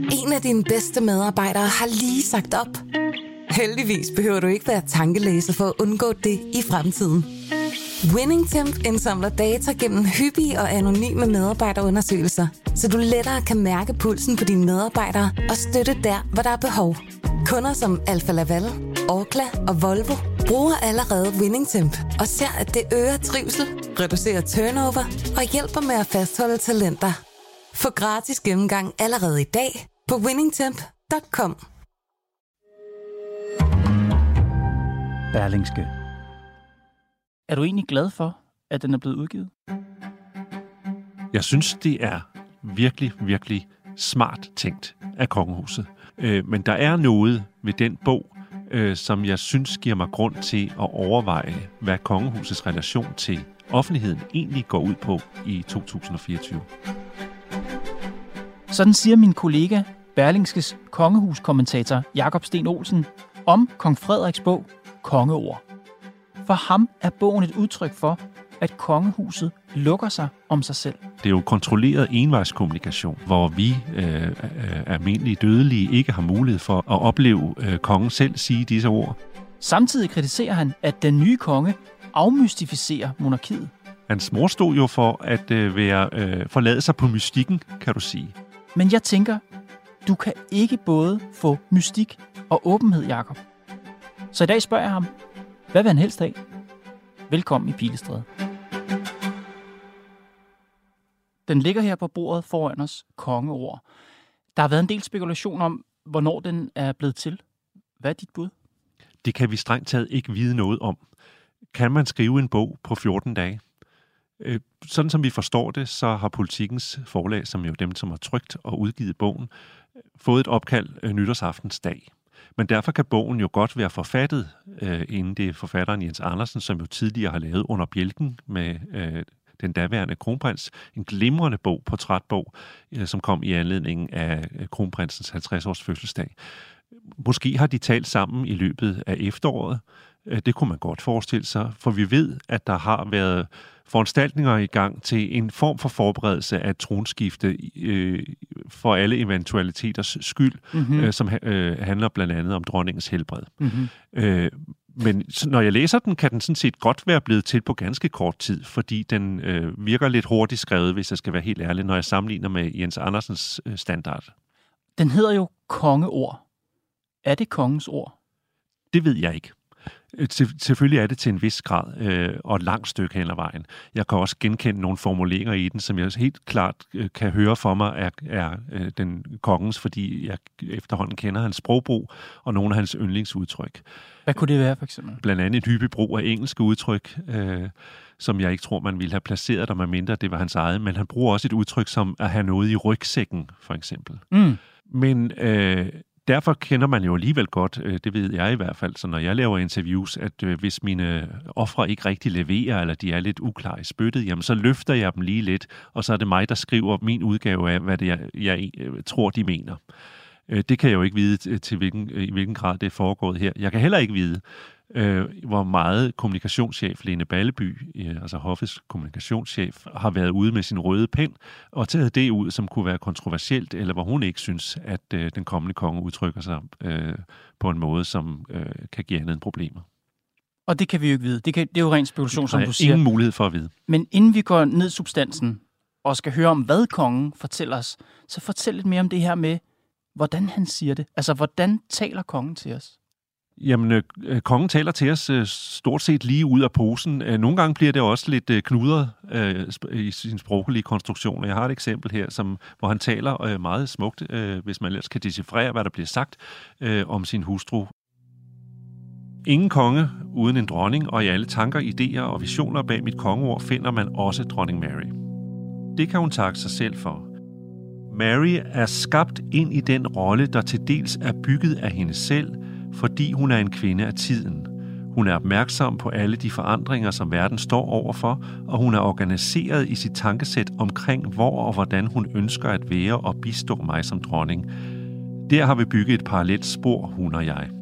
En af dine bedste medarbejdere har lige sagt op. Heldigvis behøver du ikke være tankelæser for at undgå det i fremtiden. WinningTemp indsamler data gennem hyppige og anonyme medarbejderundersøgelser, så du lettere kan mærke pulsen på dine medarbejdere og støtte der, hvor der er behov. Kunder som Alfa Laval, Orkla og Volvo bruger allerede WinningTemp og ser, at det øger trivsel, reducerer turnover og hjælper med at fastholde talenter. Få gratis gennemgang allerede i dag på winningtemp.com. Berlingske. Er du egentlig glad for, at den er blevet udgivet? Jeg synes, det er virkelig, virkelig smart tænkt af kongehuset. Men der er noget ved den bog, som jeg synes giver mig grund til at overveje, hvad kongehusets relation til offentligheden egentlig går ud på i 2024. Sådan siger min kollega, Berlingskes kongehuskommentator Jakob Sten Olsen, om kong Frederiks bog Kongeord. For ham er bogen et udtryk for, at kongehuset lukker sig om sig selv. Det er jo kontrolleret envejskommunikation, hvor vi almindelige dødelige ikke har mulighed for at opleve kongen selv sige disse ord. Samtidig kritiserer han, at den nye konge afmystificerer monarkiet. Hans mor stod jo for at forlade sig på mystikken, kan du sige. Men jeg tænker, du kan ikke både få mystik og åbenhed, Jakob. Så i dag spørger jeg ham, hvad vil han helst have? Velkommen i Pilestræde. Den ligger her på bordet foran os, Kongeord. Der har været en del spekulation om, hvornår den er blevet til. Hvad er dit bud? Det kan vi strengt taget ikke vide noget om. Kan man skrive en bog på 14 dage? Sådan som vi forstår det, så har Politikens forlag, som jo dem, som har trykt og udgivet bogen, fået et opkald nytårsaftens dag. Men derfor kan bogen jo godt være forfattet, inden det er forfatteren Jens Andersen, som jo tidligere har lavet Under bjælken med den daværende kronprins. En glimrende bog, portrætbog, som kom i anledning af kronprinsens 50-års fødselsdag. Måske har de talt sammen i løbet af efteråret. Det kunne man godt forestille sig, for vi ved, at der har været foranstaltninger i gang til en form for forberedelse af et tronskifte for alle eventualiteters skyld, som handler blandt andet om dronningens helbred. Men når jeg læser den, kan den sådan set godt være blevet til på ganske kort tid, fordi den virker lidt hurtigt skrevet, hvis jeg skal være helt ærlig, når jeg sammenligner med Jens Andersens standard. Den hedder jo Kongeord. Er det kongens ord? Det ved jeg ikke. Selvfølgelig er det til en vis grad og et langt stykke hen ad vejen. Jeg kan også genkende nogle formuleringer i den, som jeg helt klart kan høre for mig er den kongens, fordi jeg efterhånden kender hans sprogbrug og nogle af hans yndlingsudtryk. Hvad kunne det være, for eksempel? Blandt andet et hyppig brug af engelske udtryk, som jeg ikke tror, man ville have placeret, der medmindre det var hans eget, men han bruger også et udtryk som at have noget i rygsækken, for eksempel. Men derfor kender man jo alligevel godt, det ved jeg i hvert fald, så når jeg laver interviews, at hvis mine ofre ikke rigtig leverer, eller de er lidt uklare i spyttet, jamen så løfter jeg dem lige lidt, og så er det mig, der skriver min udgave af, hvad det jeg tror, de mener. Det kan jeg jo ikke vide, i hvilken grad det er foregået her. Jeg kan heller ikke vide, hvor meget kommunikationschef Lene Balleby, altså hoffets kommunikationschef, har været ude med sin røde pen og taget det ud, som kunne være kontroversielt, eller hvor hun ikke synes, at den kommende konge udtrykker sig på en måde, som kan give andet end problemer. Og det kan vi jo ikke vide. Det er jo ren spekulation, som du siger. Ingen mulighed for at vide. Men inden vi går ned i substansen og skal høre om, hvad kongen fortæller os, så fortæl lidt mere om det her med, hvordan han siger det. Altså, hvordan taler kongen til os? Jamen, kongen taler til os stort set lige ud af posen. Nogle gange bliver det også lidt knudret i sin sproglige konstruktion. Jeg har et eksempel her, hvor han taler meget smukt, hvis man ellers kan decifrere, hvad der bliver sagt om sin hustru. Ingen konge uden en dronning, og i alle tanker, idéer og visioner bag mit kongeord finder man også dronning Mary. Det kan hun takke sig selv for. Mary er skabt ind i den rolle, der til dels er bygget af hende selv, fordi hun er en kvinde af tiden. Hun er opmærksom på alle de forandringer, som verden står overfor, og hun er organiseret i sit tankesæt omkring, hvor og hvordan hun ønsker at være og bistå mig som dronning. Der har vi bygget et parallelt spor, hun og jeg.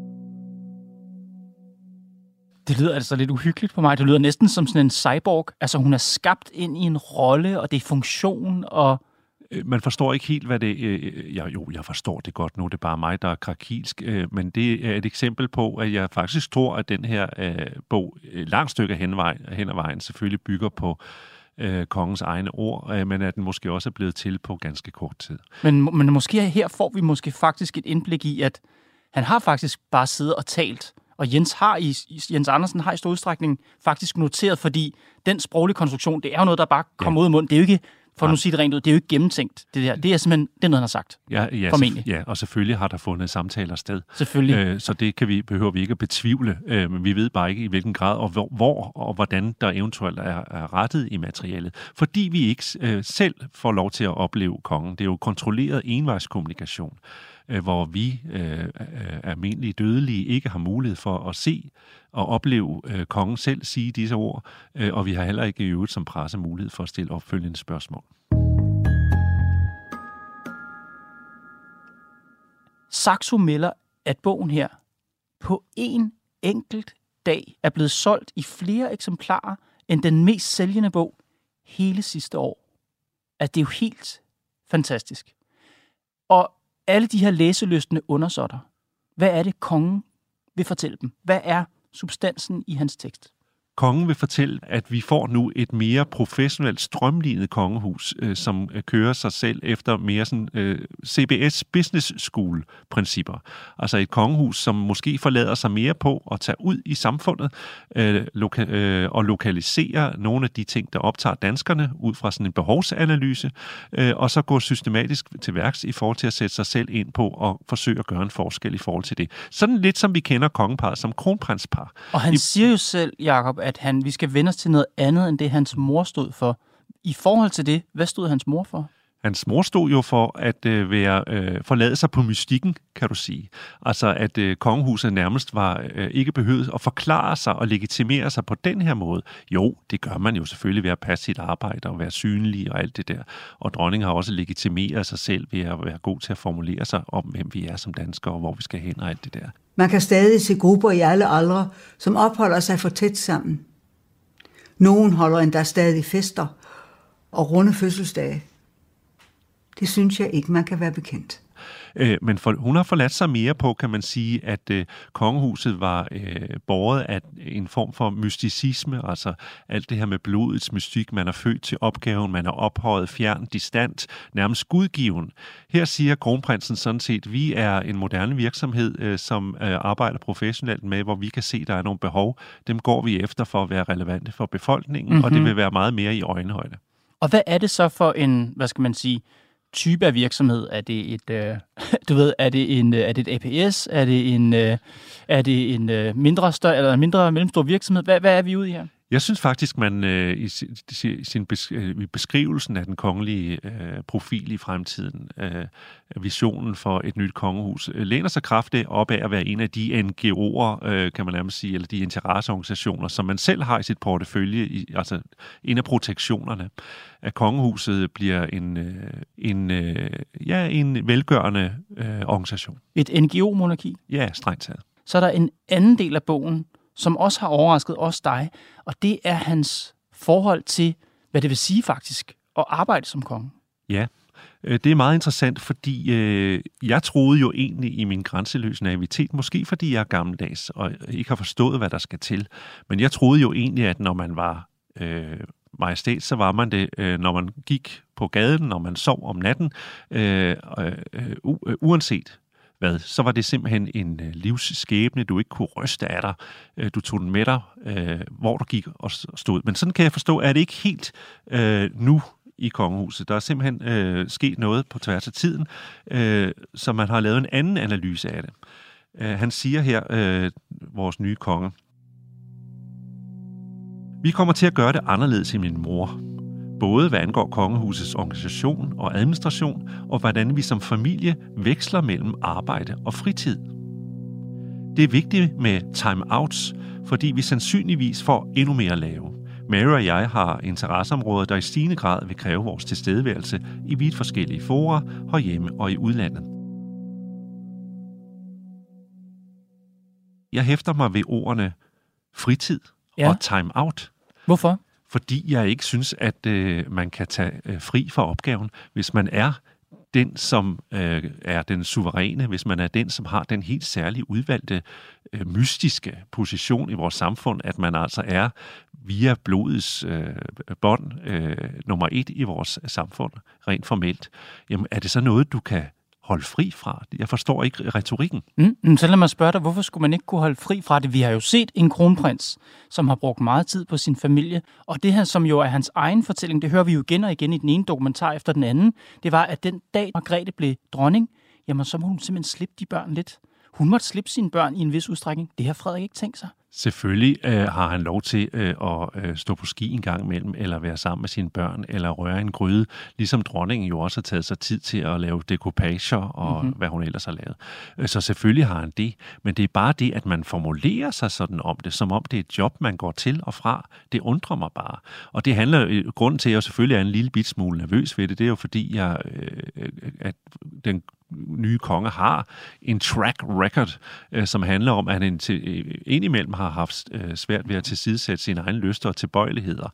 Det lyder altså lidt uhyggeligt på mig. Det lyder næsten som sådan en cyborg. Altså, hun er skabt ind i en rolle, og det er funktion, og Man forstår ikke helt, hvad det... jeg forstår det godt nu, det er bare mig, der er krakilsk, men det er et eksempel på, at jeg faktisk tror, at den her bog langt stykke hen ad vejen selvfølgelig bygger på kongens egne ord, men at den måske også er blevet til på ganske kort tid. Men måske her får vi måske faktisk et indblik i, at han har faktisk bare siddet og talt, og Jens Andersen har i stor udstrækning faktisk noteret, fordi den sproglige konstruktion, det er jo noget, der bare kommer ud af munden. Det er jo ikke, for nu at sige det rent ud, det er jo ikke gennemtænkt. Det er simpelthen det er noget, han har sagt. Formentlig. Ja, og selvfølgelig har der fundet samtaler sted. Selvfølgelig. Så det behøver vi ikke at betvivle, men vi ved bare ikke i hvilken grad og hvor og hvordan der eventuelt er rettet i materialet. Fordi vi ikke selv får lov til at opleve kongen. Det er jo kontrolleret envejskommunikation, hvor vi almindelige dødelige ikke har mulighed for at se og opleve kongen selv sige disse ord, og vi har heller ikke i øvrigt som presse mulighed for at stille opfølgende spørgsmål. Saxo melder, at bogen her på en enkelt dag er blevet solgt i flere eksemplarer end den mest sælgende bog hele sidste år. At det er jo helt fantastisk. Og alle de her læselystne undersåtter, hvad er det, kongen vil fortælle dem? Hvad er substansen i hans tekst? Kongen vil fortælle, at vi får nu et mere professionelt strømlignet kongehus, som kører sig selv efter mere sådan CBS Business School principper. Altså et kongehus, som måske forlader sig mere på at tage ud i samfundet og lokalisere nogle af de ting, der optager danskerne ud fra sådan en behovsanalyse, og så gå systematisk til værks i forhold til at sætte sig selv ind på og forsøge at gøre en forskel i forhold til det. Sådan lidt som vi kender kongeparret som kronprinspar. Og han siger jo selv, Jakob, at vi skal vende os til noget andet, end det hans mor stod for. I forhold til det, hvad stod hans mor for? Hans mor stod jo for at forlade sig på mystikken, kan du sige. Altså at kongehuset nærmest var ikke behøvet at forklare sig og legitimere sig på den her måde. Jo, det gør man jo selvfølgelig ved at passe sit arbejde og være synlig og alt det der. Og dronningen har også legitimeret sig selv ved at være god til at formulere sig om, hvem vi er som danskere og hvor vi skal hen og alt det der. Man kan stadig se grupper i alle aldre, som opholder sig for tæt sammen. Nogen holder endda stadig fester og runde fødselsdage. Det synes jeg ikke, man kan være bekendt. Men hun har forladt sig mere på, kan man sige, at kongehuset var båret af en form for mysticisme, altså alt det her med blodets mystik, man er født til opgaven, man er ophøjet, fjern, distant, nærmest gudgiven. Her siger kronprinsen sådan set, at vi er en moderne virksomhed, som arbejder professionelt med, hvor vi kan se, at der er nogle behov. Dem går vi efter for at være relevante for befolkningen, og det vil være meget mere i øjenhøjde. Og hvad er det så for en, hvad skal man sige, type af virksomhed? Er det et, er det et APS? Er det en mindre større eller en mindre mellemstor virksomhed? Hvad er vi ude i her? Jeg synes faktisk, man i beskrivelsen af den kongelige profil i fremtiden, visionen for et nyt kongehus, læner sig kraftigt op af at være en af de NGO'er, kan man nærmest sige, eller de interesseorganisationer, som man selv har i sit portefølje, altså en af protektionerne. At kongehuset bliver en velgørende organisation. Et NGO-monarki? Ja, strengt taget. Så er der en anden del af bogen, som også har overrasket os dig, og det er hans forhold til, hvad det vil sige faktisk, at arbejde som konge. Ja, det er meget interessant, fordi jeg troede jo egentlig i min grænseløse naivitet, måske fordi jeg er gammeldags og ikke har forstået, hvad der skal til, men jeg troede jo egentlig, at når man var majestæt, så var man det, når man gik på gaden, når man sov om natten, uanset hvad, så var det simpelthen en livsskæbne, du ikke kunne ryste af dig. Du tog den med dig, hvor du gik og stod. Men sådan kan jeg forstå, at det ikke helt nu i kongehuset. Der er simpelthen sket noget på tværs af tiden, så man har lavet en anden analyse af det. Han siger her, vores nye konge, vi kommer til at gøre det anderledes end min mor. Både hvad angår kongehusets organisation og administration, og hvordan vi som familie veksler mellem arbejde og fritid. Det er vigtigt med time-outs, fordi vi sandsynligvis får endnu mere at lave. Mary og jeg har interesseområder, der i stigende grad vil kræve vores tilstedeværelse i vidt forskellige fora, herhjemme og i udlandet. Jeg hæfter mig ved ordene fritid og time-out. Hvorfor? fordi jeg ikke synes, at man kan tage fri fra opgaven, hvis man er den, som er den suveræne, hvis man er den, som har den helt særlige udvalgte mystiske position i vores samfund, at man altså er via blodets bånd nummer 1 i vores samfund, rent formelt. Jamen, er det så noget, du kan holde fri fra? Jeg forstår ikke retorikken. Så lad mig spørge dig, hvorfor skulle man ikke kunne holde fri fra det? Vi har jo set en kronprins, som har brugt meget tid på sin familie, og det her, som jo er hans egen fortælling, det hører vi jo igen og igen i den ene dokumentar efter den anden, det var, at den dag Margrethe blev dronning, jamen så må hun simpelthen slippe de børn lidt. Hun måtte slippe sine børn i en vis udstrækning. Det har Frederik ikke tænkt sig. Selvfølgelig har han lov til at stå på ski en gang imellem, eller være sammen med sine børn, eller røre en gryde, ligesom dronningen jo også har taget sig tid til at lave dekoupager og hvad hun ellers har lavet. Så selvfølgelig har han det, men det er bare det, at man formulerer sig sådan om det, som om det er et job, man går til og fra. Det undrer mig bare. Og det handler, grunden til, at jeg selvfølgelig er en lille bit smule nervøs ved det, det er jo fordi, at den nye konge har en track record, som handler om, at han indimellem har haft svært ved at tilsidesætte sine egne lyster og tilbøjeligheder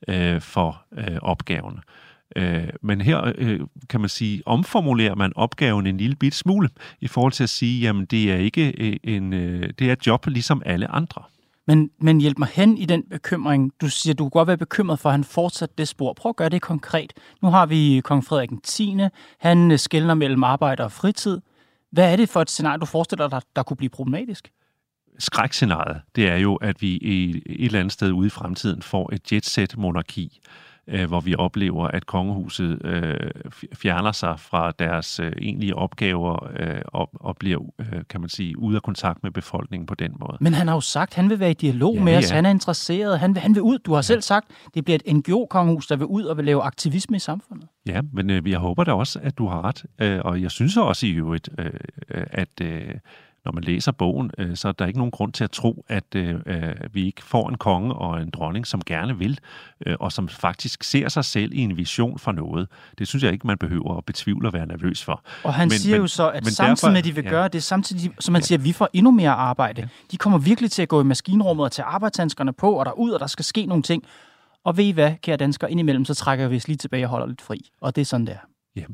for opgaven. Men her kan man sige, omformulerer man opgaven en lille bit smule i forhold til at sige, jamen det er ikke det er et job ligesom alle andre. Men hjælp mig hen i den bekymring. Du siger, du kunne godt være bekymret for, at han fortsætter det spor. Prøv at gøre det konkret. Nu har vi kong Frederik 10. Han skelner mellem arbejde og fritid. Hvad er det for et scenarie, du forestiller dig, der kunne blive problematisk? Skrækscenariet, det er jo, at vi et eller andet sted ude i fremtiden får et jetset-monarki, hvor vi oplever, at kongehuset fjerner sig fra deres egentlige opgaver og bliver, kan man sige, ude af kontakt med befolkningen på den måde. Men han har jo sagt, at han vil være i dialog med os, han er interesseret, han vil ud. Du har selv sagt, det bliver et NGO-kongehus, der vil ud og vil lave aktivisme i samfundet. Ja, men jeg håber da også, at du har ret. Og jeg synes også i øvrigt, at når man læser bogen, så er der ikke nogen grund til at tro, at vi ikke får en konge og en dronning, som gerne vil, og som faktisk ser sig selv i en vision for noget. Det synes jeg ikke, man behøver at betvivle og være nervøs for. Og han siger jo så, at samtidig med, at de vil gøre det, samtidig som man siger, at vi får endnu mere arbejde. De kommer virkelig til at gå i maskinrummet og tage arbejdshandskerne på, og derud, og der skal ske nogle ting. Og ved I hvad, kære danskere, indimellem, så trækker vi os lige tilbage og holder lidt fri. Og det er sådan, det er.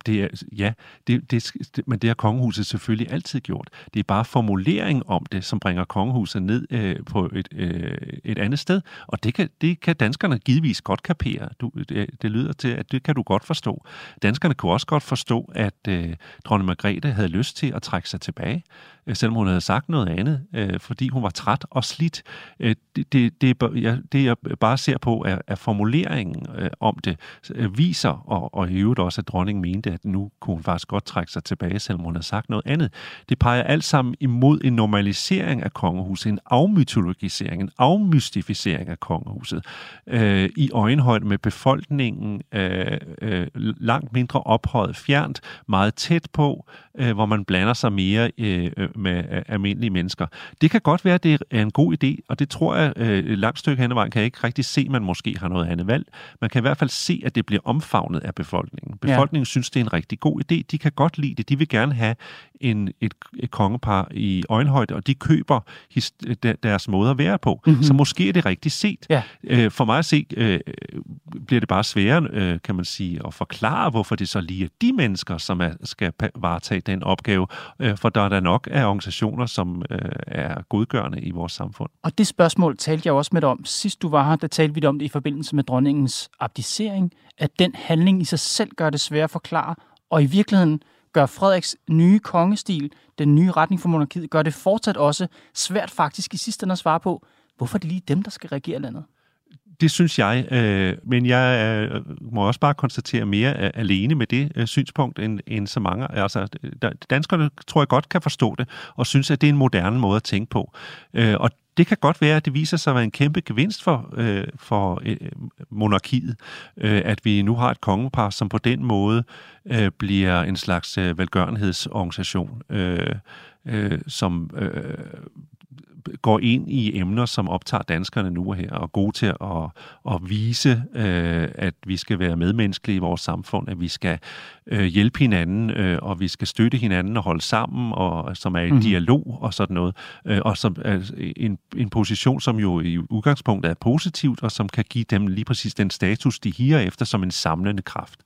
Men det har kongehuset selvfølgelig altid gjort. Det er bare formulering om det, som bringer kongehuset ned på et andet sted. Og det kan danskerne givetvis godt kapere. Det lyder til, at det kan du godt forstå. Danskerne kunne også godt forstå, at dronning Margrethe havde lyst til at trække sig tilbage, selvom hun havde sagt noget andet, fordi hun var træt og slidt. Det jeg bare ser på, er formuleringen om det, viser, og i øvrigt også, at dronningen mente, at nu kunne hun faktisk godt trække sig tilbage, selvom hun havde sagt noget andet. Det peger alt sammen imod en normalisering af kongehuset, en afmytologisering, en afmystificering af kongehuset, i øjenhøjde med befolkningen, langt mindre ophøjet, fjernt, meget tæt på, hvor man blander sig mere med almindelige mennesker. Det kan godt være, at det er en god idé, og det tror jeg, et langt stykke hen ad vejen kan jeg ikke rigtig se, at man måske har noget andet valg. Man kan i hvert fald se, at det bliver omfavnet af befolkningen. Befolkningen synes, det er en rigtig god idé. De kan godt lide det. De vil gerne have et kongepar i øjenhøjde, og de køber deres måde at være på. Mm-hmm. Så måske er det rigtigt set. Ja. For mig at se, bliver det bare sværere, kan man sige, at forklare, hvorfor det så lige er de mennesker, som skal varetage den opgave, for der er der nok af organisationer, som er godgørende i vores samfund. Og det spørgsmål talte jeg også med dig om. Sidst du var her, der talte vi om det i forbindelse med dronningens abdicering, at den handling i sig selv gør det svært at forklare, og i virkeligheden gør Frederiks nye kongestil, den nye retning for monarkiet, gør det fortsat også svært faktisk i sidste ende at svare på, hvorfor det lige dem, der skal regere landet. Det synes jeg, men jeg må også bare konstatere mere alene med det synspunkt end så mange. Altså, danskerne tror jeg godt kan forstå det, og synes, at det er en moderne måde at tænke på. Og det kan godt være, at det viser sig at være en kæmpe gevinst for monarkiet, at vi nu har et kongepar, som på den måde bliver en slags velgørenhedsorganisation, som går ind i emner, som optager danskerne nu og her, og er gode til at vise, at vi skal være medmenneskelige i vores samfund, at vi skal hjælpe hinanden, og vi skal støtte hinanden og holde sammen, og som er i dialog og sådan noget, og som er en position, som jo i udgangspunktet er positivt, og som kan give dem lige præcis den status, de higer efter som en samlende kraft.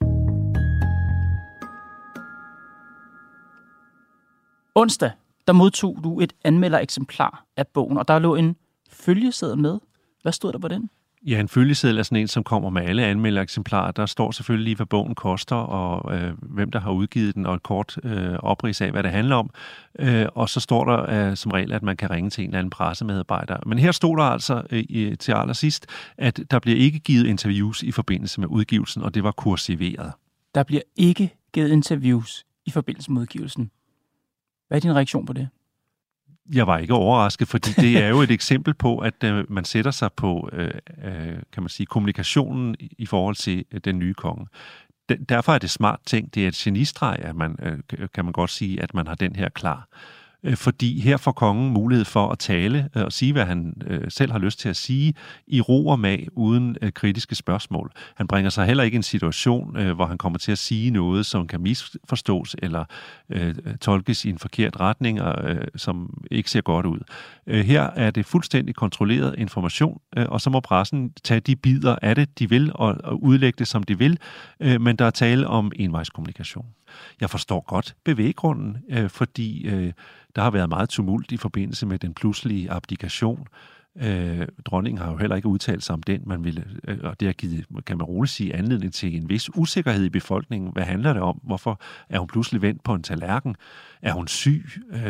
Onsdag, der modtog du et anmeldereksemplar af bogen, og der lå en følgeseddel med. Hvad stod der på den? Ja, en følgeseddel er sådan en, som kommer med alle anmeldereksemplarer. Der står selvfølgelig lige, hvad bogen koster, og hvem der har udgivet den, og et kort oprids af, hvad det handler om. Og så står der som regel, at man kan ringe til en eller anden pressemedarbejder. Men her stod der altså til allersidst, at der bliver ikke givet interviews i forbindelse med udgivelsen, og det var kursiveret. Der bliver ikke givet interviews i forbindelse med udgivelsen. Hvad er din reaktion på det? Jeg var ikke overrasket, fordi det er jo et eksempel på, at man sætter sig på, kan man sige, kommunikationen i forhold til den nye konge. Derfor er det smart tænkt. Det er et genistreg, at man, kan man godt sige, at man har den her klar. Fordi her får kongen mulighed for at tale og sige, hvad han selv har lyst til at sige, i ro og mag, uden kritiske spørgsmål. Han bringer sig heller ikke i en situation, hvor han kommer til at sige noget, som kan misforstås eller tolkes i en forkert retning, som ikke ser godt ud. Her er det fuldstændig kontrolleret information, og så må pressen tage de bidder af det, de vil, og udlægge det, som de vil, men der er tale om envejskommunikation. Jeg forstår godt bevæggrunden, fordi der har været meget tumult i forbindelse med den pludselige abdikation. Dronningen har jo heller ikke udtalt sig om den, og det har givet, kan man roligt sige, anledning til en vis usikkerhed i befolkningen. Hvad handler det om? Hvorfor er hun pludselig vendt på en tallerken? Er hun syg?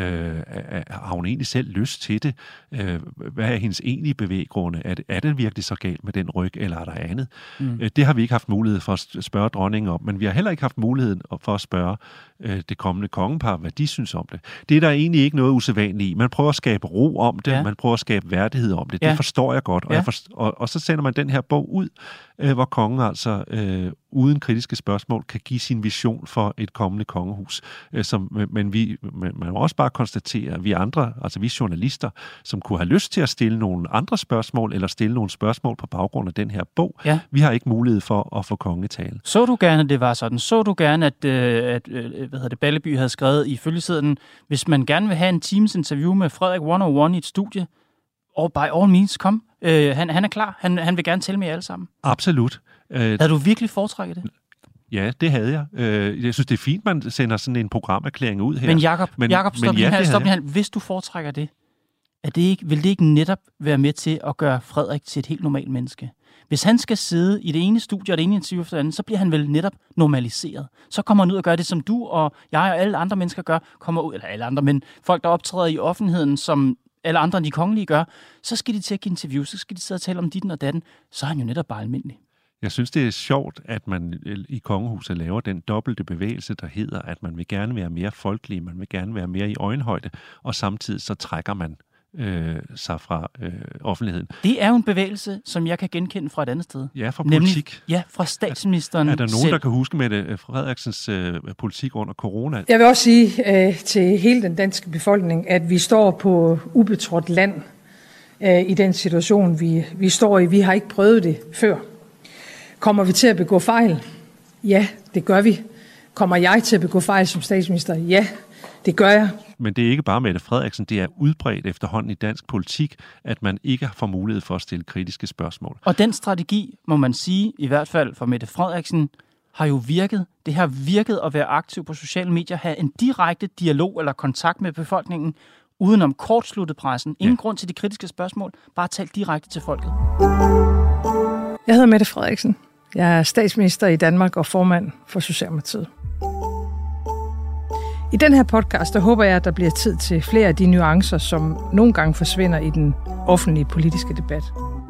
Har hun egentlig selv lyst til det? Hvad er hendes egentlige bevæggrunde? Er det virkelig så galt med den ryg, eller er der andet? Det har vi ikke haft mulighed for at spørge dronningen om, men vi har heller ikke haft muligheden for at spørge det kommende kongepar, hvad de synes om det. Det er der egentlig ikke noget usædvanligt i. Man prøver at skabe ro om det, man prøver at skabe værdighed om det. Det forstår jeg godt. Og så sender man den her bog ud, hvor kongen altså uden kritiske spørgsmål kan give sin vision for et kommende kongehus. Men man må også bare konstatere, at vi andre, altså vi journalister, som kunne have lyst til at stille nogle andre spørgsmål, eller stille nogle spørgsmål på baggrund af den her bog, vi har ikke mulighed for at få kongetale. Så du gerne, det var sådan? Så du gerne, at Balleby havde skrevet i følgesedlen, hvis man gerne vil have en times interview med Frederik 101 i et studie, og by all means, kom. Han er klar. Han vil gerne tælle med jer alle sammen. Absolut. Havde du virkelig foretrækket det? Ja, det havde jeg. Jeg synes, det er fint, man sender sådan en programerklæring ud her. Men Jakob, stop lige. Hvis du foretrækker det, vil det ikke netop være med til at gøre Frederik til et helt normalt menneske? Hvis han skal sidde i det ene studie og det ene interview efter det andet, så bliver han vel netop normaliseret. Så kommer han ud og gør det, som du og jeg og alle andre mennesker gør, kommer ud, eller alle andre, men folk, der optræder i offentligheden, som alle andre end de kongelige gør, så skal de til at give interview, så skal de sidde og tale om ditten og datten, så er han jo netop bare almindelig. Jeg synes, det er sjovt, at man i kongehuset laver den dobbelte bevægelse, der hedder, at man vil gerne være mere folkelig, man vil gerne være mere i øjenhøjde, og samtidig så trækker man sig fra offentligheden. Det er jo en bevægelse, som jeg kan genkende fra et andet sted. Ja, fra politik. Ja, fra statsministeren. Er der nogen, der kan huske Mette Frederiksens politik under corona? Jeg vil også sige til hele den danske befolkning, at vi står på ubetrådt land i den situation, vi står i. Vi har ikke prøvet det før. Kommer vi til at begå fejl? Ja, det gør vi. Kommer jeg til at begå fejl som statsminister? Ja, det gør jeg. Men det er ikke bare Mette Frederiksen, det er udbredt efterhånden i dansk politik, at man ikke får mulighed for at stille kritiske spørgsmål. Og den strategi, må man sige, i hvert fald for Mette Frederiksen, har jo virket. Det har virket at være aktiv på sociale medier, have en direkte dialog eller kontakt med befolkningen, udenom kortsluttet pressen. Ingen grund til de kritiske spørgsmål, bare tale direkte til folket. Jeg hedder Mette Frederiksen. Jeg er statsminister i Danmark og formand for Socialdemokratiet. I den her podcast, der håber jeg, at der bliver tid til flere af de nuancer, som nogle gange forsvinder i den offentlige politiske debat.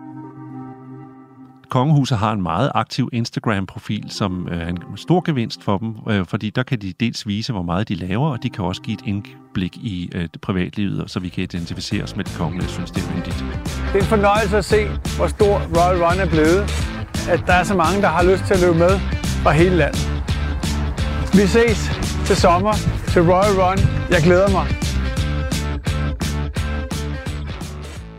Kongehuset har en meget aktiv Instagram-profil, som er en stor gevinst for dem, fordi der kan de dels vise, hvor meget de laver, og de kan også give et indblik i privatlivet, så vi kan identificere os med de kongelige. Jeg synes, det er myndigt. Det er en fornøjelse at se, hvor stor Royal Run er blevet. At der er så mange, der har lyst til at løbe med fra hele landet. Vi ses til sommer til Royal Run. Jeg glæder mig.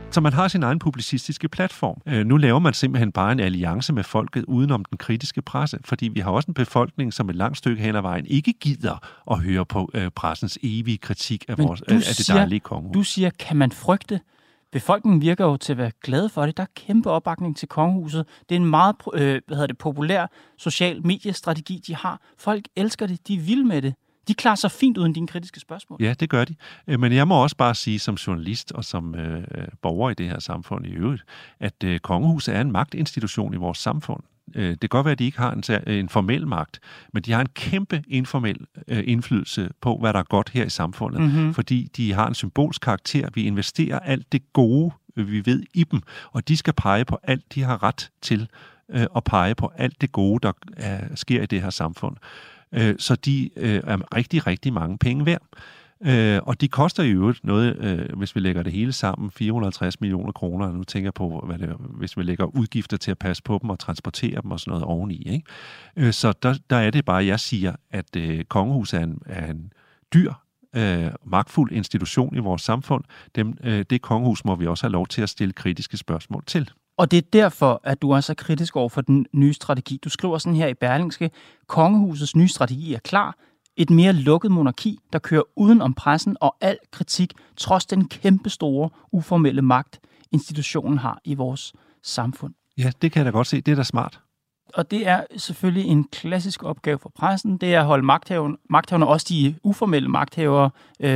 Så man har sin egen publicistiske platform. Nu laver man simpelthen bare en alliance med folket udenom den kritiske presse, fordi vi har også en befolkning, som et langt stykke hen ad vejen ikke gider at høre på pressens evige kritik af det dejlige kongehus. Du siger, kan man frygte? Befolkningen virker jo til at være glade for det. Der er kæmpe opbakning til kongehuset. Det er en meget populær social mediestrategi, de har. Folk elsker det. De er vilde med det. De klarer sig fint uden dine kritiske spørgsmål. Ja, det gør de. Men jeg må også bare sige som journalist og som borger i det her samfund i øvrigt, at kongehuset er en magtinstitution i vores samfund. Det kan godt være, at de ikke har en formel magt, men de har en kæmpe informel indflydelse på, hvad der er godt her i samfundet, fordi de har en symbolsk karakter. Vi investerer alt det gode, vi ved i dem, og de skal pege på alt, de har ret til at pege på alt det gode, der sker i det her samfund. Så de er rigtig, rigtig mange penge værd. Og de koster i øvrigt noget, hvis vi lægger det hele sammen, 450 millioner kroner. Nu tænker jeg på, hvis vi lægger udgifter til at passe på dem og transportere dem og sådan noget oveni. Ikke? Så der er det bare, jeg siger, at kongehuset er en dyr, magtfuld institution i vores samfund. Det kongehus må vi også have lov til at stille kritiske spørgsmål til. Og det er derfor, at du er så kritisk over for den nye strategi. Du skriver sådan her i Berlingske: kongehusets nye strategi er klar. Et mere lukket monarki, der kører uden om pressen og al kritik, trods den kæmpestore, uformelle magt, institutionen har i vores samfund. Ja, det kan jeg da godt se. Det er da smart. Og det er selvfølgelig en klassisk opgave for pressen. Det er at holde magthaverne, også de uformelle magthavere,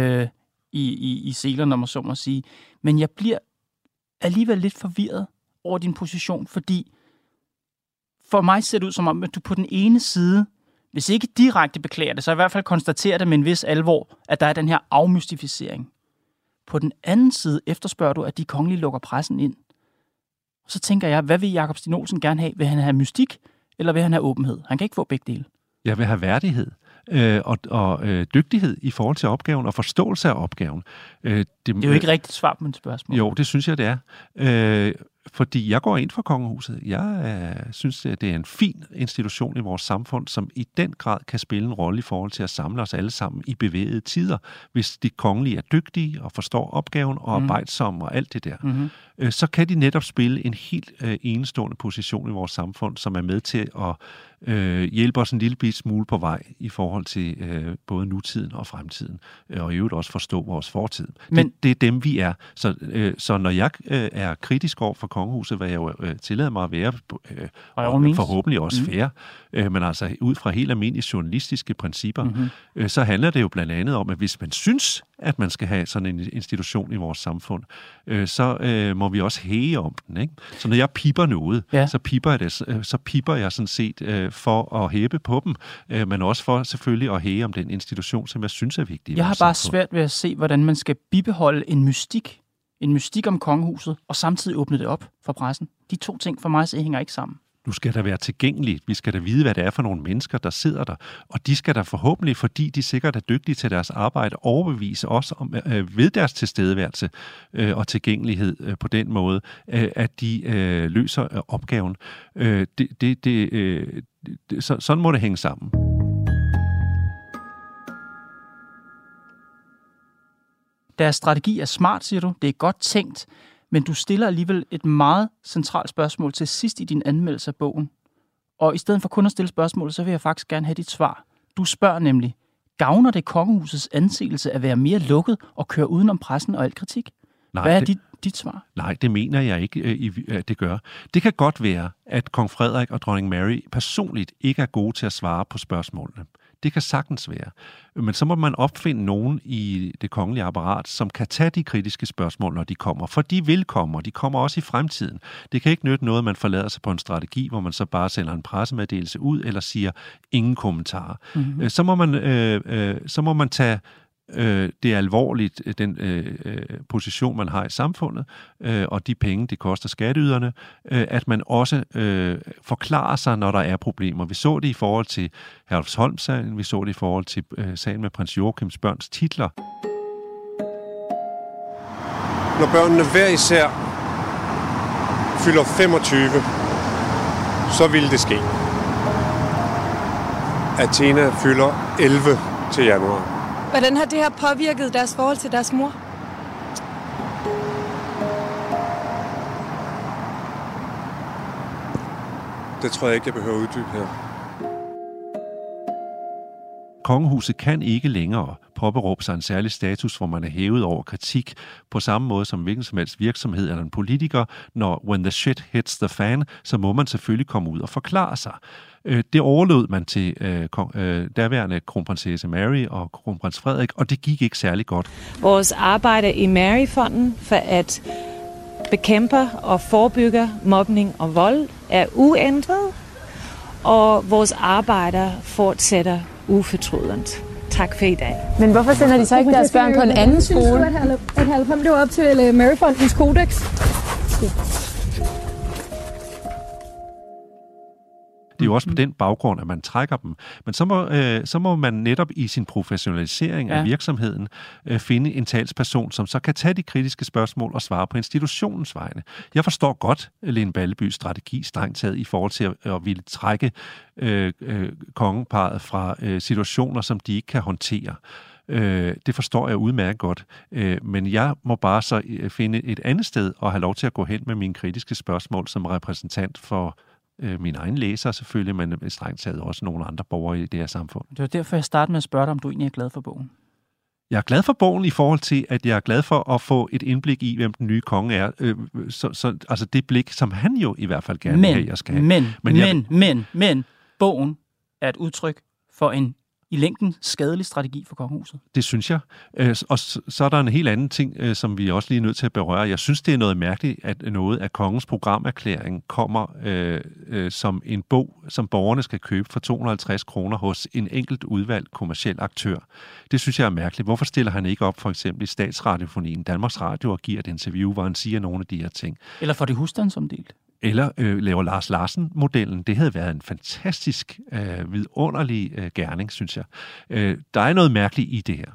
i selerne, når man så må sige. Men jeg bliver alligevel lidt forvirret over din position, fordi for mig ser det ud som om, at du på den ene side, hvis ikke direkte beklager det, så i hvert fald konstaterer det med en vis alvor, at der er den her afmystificering. På den anden side efterspørger du, at de kongelige lukker pressen ind. Og så tænker jeg, hvad vil Jakob Steen Olsen gerne have? Vil han have mystik, eller vil han have åbenhed? Han kan ikke få begge dele. Jeg vil have værdighed og dygtighed i forhold til opgaven og forståelse af opgaven. Det er jo ikke rigtigt svar på mit spørgsmål. Jo, det synes jeg, det er. Fordi jeg går ind for kongehuset. Jeg synes, at det er en fin institution i vores samfund, som i den grad kan spille en rolle i forhold til at samle os alle sammen i bevægede tider. Hvis de kongelige er dygtige og forstår opgaven og arbejdsomme og alt det der, så kan de netop spille en helt enestående position i vores samfund, som er med til at hjælpe os en lille smule på vej i forhold til både nutiden og fremtiden, og i øvrigt også forstå vores fortid. Men det er dem, vi er. Så når jeg er kritisk over for kongehuset, hvad jeg jo tillader mig at være, forhåbentlig også fair, men altså ud fra helt almindelige journalistiske principper, så handler det jo blandt andet om, at hvis man synes, at man skal have sådan en institution i vores samfund, så må vi også hæge om den. Ikke? Så når jeg piper noget, så piper jeg sådan set for at hæppe på dem, men også for selvfølgelig at hæge om den institution, som jeg synes er vigtig. Jeg har bare svært ved at se, hvordan man skal bibeholde en mystik om kongehuset, og samtidig åbne det op for pressen. De to ting for mig hænger ikke sammen. Nu skal der være tilgængeligt. Vi skal da vide, hvad det er for nogle mennesker, der sidder der. Og de skal da forhåbentlig, fordi de sikkert er dygtige til deres arbejde, overbevise os om, ved deres tilstedeværelse og tilgængelighed på den måde, at de løser opgaven. Sådan må det hænge sammen. Deres strategi er smart, siger du. Det er godt tænkt. Men du stiller alligevel et meget centralt spørgsmål til sidst i din anmeldelse af bogen. Og i stedet for kun at stille spørgsmål, så vil jeg faktisk gerne have dit svar. Du spørger nemlig, gavner det kongehusets anseelse at være mere lukket og køre udenom pressen og al kritik? Nej, hvad er dit svar? Nej, det mener jeg ikke, at det gør. Det kan godt være, at kong Frederik og dronning Mary personligt ikke er gode til at svare på spørgsmålene. Det kan sagtens være. Men så må man opfinde nogen i det kongelige apparat, som kan tage de kritiske spørgsmål, når de kommer. For de vil komme, og de kommer også i fremtiden. Det kan ikke nytte noget, at man forlader sig på en strategi, hvor man så bare sender en pressemeddelelse ud, eller siger ingen kommentarer. Mm-hmm. Så må man tage det er alvorligt, den position, man har i samfundet, og de penge, det koster skatteyderne, at man også forklarer sig, når der er problemer. Vi så det i forhold til Herlufsholm-sagen, vi så det i forhold til sagen med prins Joachims børns titler. Når børnene hver især fylder 25, så vil det ske. Athena fylder 11 til januar. Hvordan har det her påvirket deres forhold til deres mor? det tror jeg ikke, jeg behøver at uddybe her. Kongehuset kan ikke længere påberåbe sig en særlig status, hvor man er hævet over kritik på samme måde som hvilken som helst virksomhed eller en politiker. Når when the shit hits the fan, så må man selvfølgelig komme ud og forklare sig. Det overlod man til daværende kronprinsesse Mary og kronprins Frederik, og det gik ikke særlig godt. Vores arbejde i Mary-fonden for at bekæmpe og forebygge mobning og vold er uændret, og vores arbejde fortsætter ufortrødent. Tak for i dag. Men hvorfor sender de så ikke deres børn på en anden skole? At Halvfem lever op til Maryfondens kodex. Det er jo også på den baggrund, at man trækker dem. Men så må man netop i sin professionalisering af virksomheden finde en talsperson, som så kan tage de kritiske spørgsmål og svare på institutionens vegne. Jeg forstår godt Lene Ballebys strategi strengt taget i forhold til at ville trække kongeparret fra situationer, som de ikke kan håndtere. Det forstår jeg udmærket godt. Men jeg må bare så finde et andet sted og have lov til at gå hen med mine kritiske spørgsmål som repræsentant for mine egne læsere selvfølgelig, men strengt taget også nogle andre borgere i det her samfund. Det var derfor, jeg startede med at spørge dig, om du egentlig er glad for bogen. Jeg er glad for bogen i forhold til, at jeg er glad for at få et indblik i, hvem den nye konge er. Altså det blik, som han jo i hvert fald gerne vil have, jeg skal have. Men bogen er et udtryk for en i længden skadelig strategi for kongehuset. Det synes jeg. Og så er der en helt anden ting, som vi også lige er nødt til at berøre. Jeg synes, det er noget mærkeligt, at noget af kongens programerklæring kommer som en bog, som borgerne skal købe for 250 kroner hos en enkelt udvalgt kommerciel aktør. Det synes jeg er mærkeligt. Hvorfor stiller han ikke op for eksempel i Statsradiofonien, Danmarks Radio, og giver et interview, hvor han siger nogle af de her ting? Eller får det husstandsomdelt? Eller laver Lars Larsen-modellen. Det havde været en fantastisk, vidunderlig gerning, synes jeg. Der er noget mærkeligt i det her.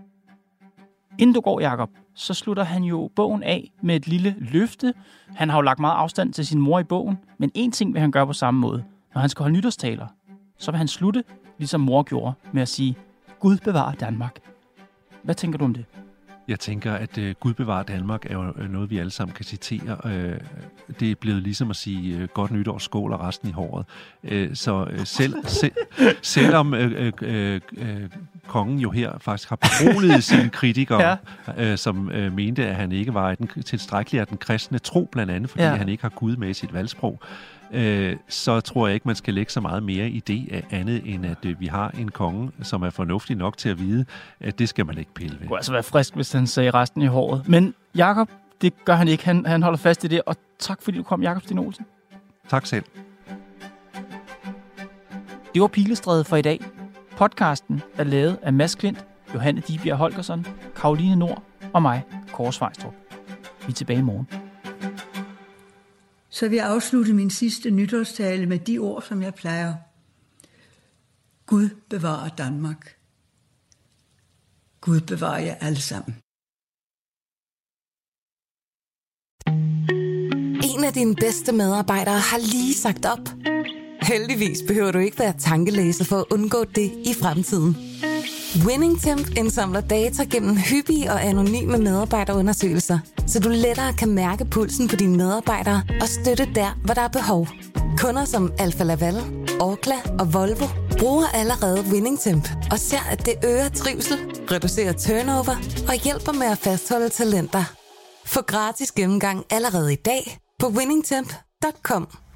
Inden du går, Jacob, så slutter han jo bogen af med et lille løfte. Han har jo lagt meget afstand til sin mor i bogen, men en ting vil han gøre på samme måde. Når han skal holde nytårstaler, så vil han slutte, ligesom mor gjorde, med at sige, Gud bevarer Danmark. Hvad tænker du om det? Jeg tænker, at Gud bevarer Danmark er jo noget, vi alle sammen kan citere. Det er blevet ligesom at sige godt nytår, skål og resten i håret. Så selvom kongen jo her faktisk har beroliget sine kritikere, som mente, at han ikke var tilstrækkelig af den kristne tro, blandt andet, fordi han ikke har Gud med i sit valgsprog, så tror jeg ikke, man skal lægge så meget mere i det andet, end at vi har en konge, som er fornuftig nok til at vide, at det skal man ikke pille ved. Det kunne altså være frisk, hvis han sagde resten i håret. Men Jacob, det gør han ikke. Han holder fast i det, og tak fordi du kom, Jacob Steen Olsen. Tak selv. Det var Pilestræde for i dag. Podcasten er lavet af Mads Klint, Johanne Dibjerg Holgersen, Karoline Nord og mig, Kåre Svejstrup. Vi er tilbage i morgen. Så vil jeg afslutte min sidste nytårstale med de ord, som jeg plejer. Gud bevarer Danmark. Gud bevarer jer alle sammen. En af dine bedste medarbejdere har lige sagt op. Heldigvis behøver du ikke være tankelæser for at undgå det i fremtiden. WinningTemp indsamler data gennem hyppige og anonyme medarbejderundersøgelser, så du lettere kan mærke pulsen på dine medarbejdere og støtte der, hvor der er behov. Kunder som Alfa Laval, Orkla og Volvo bruger allerede WinningTemp og ser, at det øger trivsel, reducerer turnover og hjælper med at fastholde talenter. Få gratis gennemgang allerede i dag på winningtemp.com.